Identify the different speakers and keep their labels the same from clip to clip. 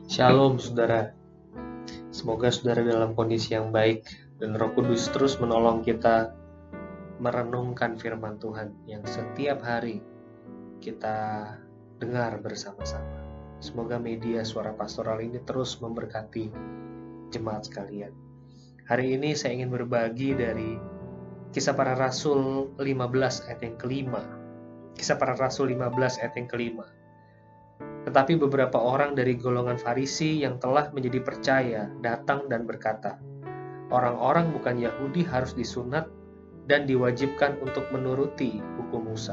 Speaker 1: Shalom saudara, semoga saudara dalam kondisi yang baik dan Roh Kudus terus menolong kita merenungkan firman Tuhan yang setiap hari kita dengar bersama-sama. Semoga media suara pastoral ini terus memberkati jemaat sekalian. Hari ini saya ingin berbagi dari Kisah Para Rasul 15 ayat yang kelima. Kisah Para Rasul 15 ayat yang kelima. Tetapi beberapa orang dari golongan Farisi yang telah menjadi percaya datang dan berkata, orang-orang bukan Yahudi harus disunat dan diwajibkan untuk menuruti hukum Musa.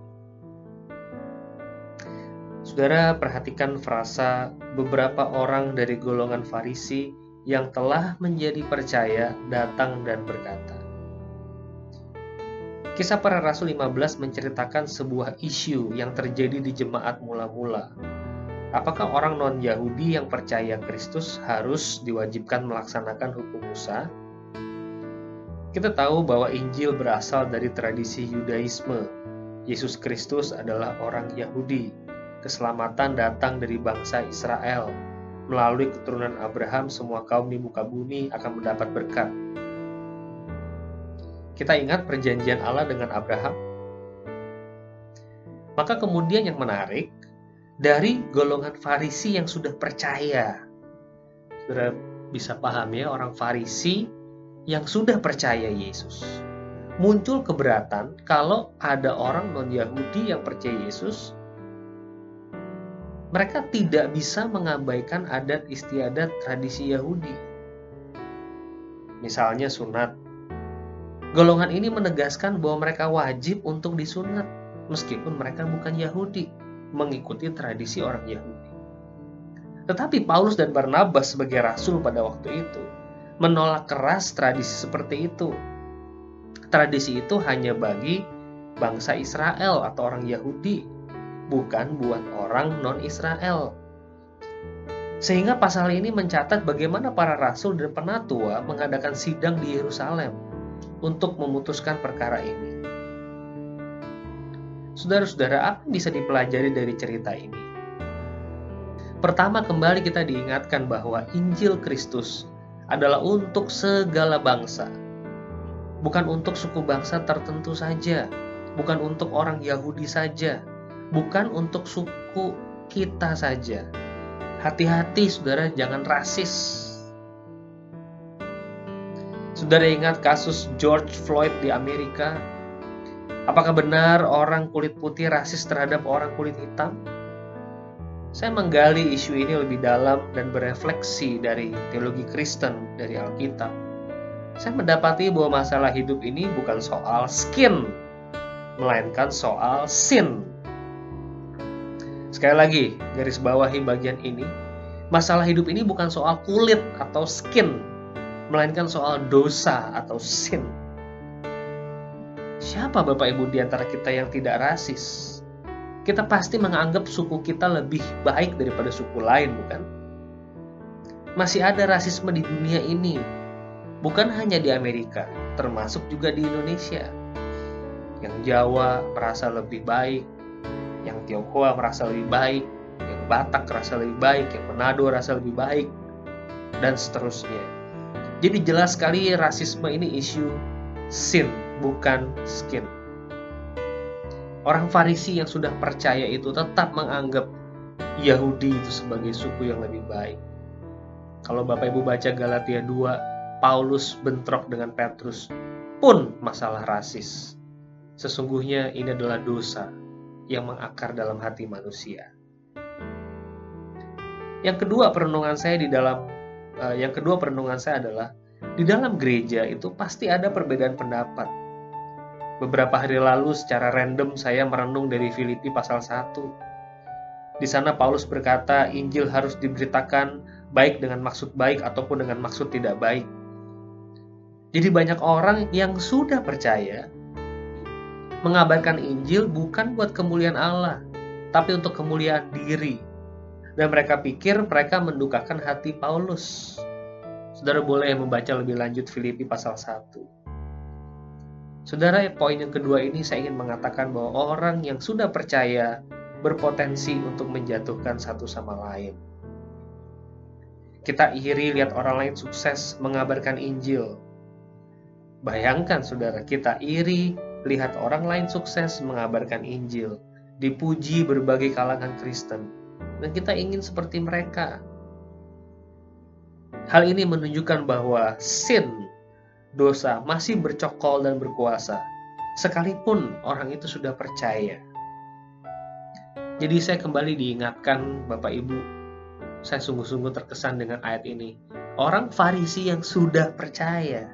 Speaker 1: Saudara, perhatikan frasa beberapa orang dari golongan Farisi yang telah menjadi percaya datang dan berkata. Kisah Para Rasul 15 menceritakan sebuah isu yang terjadi di jemaat mula-mula. Apakah orang non-Yahudi yang percaya Kristus harus diwajibkan melaksanakan hukum Musa? Kita tahu bahwa Injil berasal dari tradisi Yudaisme. Yesus Kristus adalah orang Yahudi. Keselamatan datang dari bangsa Israel. Melalui keturunan Abraham, semua kaum di muka bumi akan mendapat berkat. Kita ingat perjanjian Allah dengan Abraham? Maka kemudian yang menarik, dari golongan Farisi yang sudah percaya. Saudara bisa paham ya, orang Farisi yang sudah percaya Yesus. Muncul keberatan kalau ada orang non-Yahudi yang percaya Yesus. Mereka tidak bisa mengabaikan adat istiadat tradisi Yahudi. Misalnya sunat. Golongan ini menegaskan bahwa mereka wajib untuk disunat, meskipun mereka bukan Yahudi, mengikuti tradisi orang Yahudi. Tetapi Paulus dan Barnabas sebagai rasul pada waktu itu menolak keras tradisi seperti itu. Tradisi itu hanya bagi bangsa Israel atau orang Yahudi, bukan buat orang non-Israel. Sehingga pasal ini mencatat bagaimana para rasul dan penatua mengadakan sidang di Yerusalem untuk memutuskan perkara ini. Saudara-saudara, apa yang bisa dipelajari dari cerita ini? Pertama, kembali kita diingatkan bahwa Injil Kristus adalah untuk segala bangsa. Bukan untuk suku bangsa tertentu saja. Bukan untuk orang Yahudi saja. Bukan untuk suku kita saja. Hati-hati, saudara, jangan rasis. Saudara ingat kasus George Floyd di Amerika? Apakah benar orang kulit putih rasis terhadap orang kulit hitam? Saya menggali isu ini lebih dalam dan berefleksi dari teologi Kristen, dari Alkitab. Saya mendapati bahwa masalah hidup ini bukan soal skin, melainkan soal sin. Sekali lagi, garis bawahi bagian ini. Masalah hidup ini bukan soal kulit atau skin, melainkan soal dosa atau sin. Siapa Bapak Ibu di antara kita yang tidak rasis? Kita pasti menganggap suku kita lebih baik daripada suku lain, bukan? Masih ada rasisme di dunia ini. Bukan hanya di Amerika, termasuk juga di Indonesia. Yang Jawa merasa lebih baik, yang Tionghoa merasa lebih baik, yang Batak merasa lebih baik, yang Manado merasa lebih baik, dan seterusnya. Jadi jelas sekali rasisme ini isu sin, bukan skin. Orang Farisi yang sudah percaya itu tetap menganggap Yahudi itu sebagai suku yang lebih baik. Kalau Bapak Ibu baca Galatia 2, Paulus bentrok dengan Petrus pun masalah rasis. Sesungguhnya ini adalah dosa yang mengakar dalam hati manusia. Yang kedua perenungan saya adalah di dalam gereja itu pasti ada perbedaan pendapat. Beberapa hari lalu secara random saya merenung dari Filipi pasal 1. Di sana Paulus berkata Injil harus diberitakan baik dengan maksud baik ataupun dengan maksud tidak baik. Jadi banyak orang yang sudah percaya mengabarkan Injil bukan buat kemuliaan Allah, tapi untuk kemuliaan diri. Dan mereka pikir mereka mendukakan hati Paulus. Saudara boleh membaca lebih lanjut Filipi pasal 1. Saudara, poin yang kedua ini saya ingin mengatakan bahwa orang yang sudah percaya berpotensi untuk menjatuhkan satu sama lain. Kita iri lihat orang lain sukses mengabarkan Injil. Bayangkan saudara, kita iri lihat orang lain sukses mengabarkan Injil, dipuji berbagai kalangan Kristen, dan kita ingin seperti mereka. Hal ini menunjukkan bahwa sin, dosa, masih bercokol dan berkuasa, sekalipun orang itu sudah percaya. Jadi saya kembali diingatkan Bapak Ibu, saya sungguh-sungguh terkesan dengan ayat ini. Orang Farisi yang sudah percaya.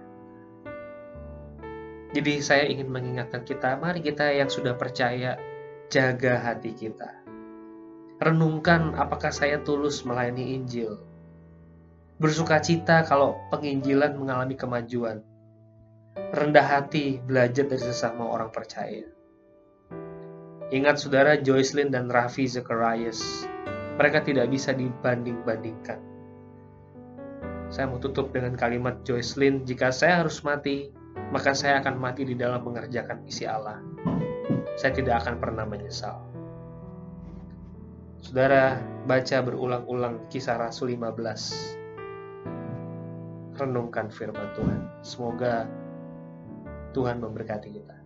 Speaker 1: Jadi saya ingin mengingatkan kita, mari kita yang sudah percaya, jaga hati kita. Renungkan apakah saya tulus melayani Injil. Bersukacita kalau penginjilan mengalami kemajuan. Rendah hati belajar dari sesama orang percaya. Ingat saudara, Joycelyn dan Raffi Zacharias, mereka tidak bisa dibanding-bandingkan. Saya mau tutup dengan kalimat Joycelyn, jika saya harus mati, maka saya akan mati di dalam mengerjakan misi Allah. Saya tidak akan pernah menyesal. Saudara, baca berulang-ulang Kisah Rasul 15. Renungkan firman Tuhan. Semoga Tuhan memberkati kita.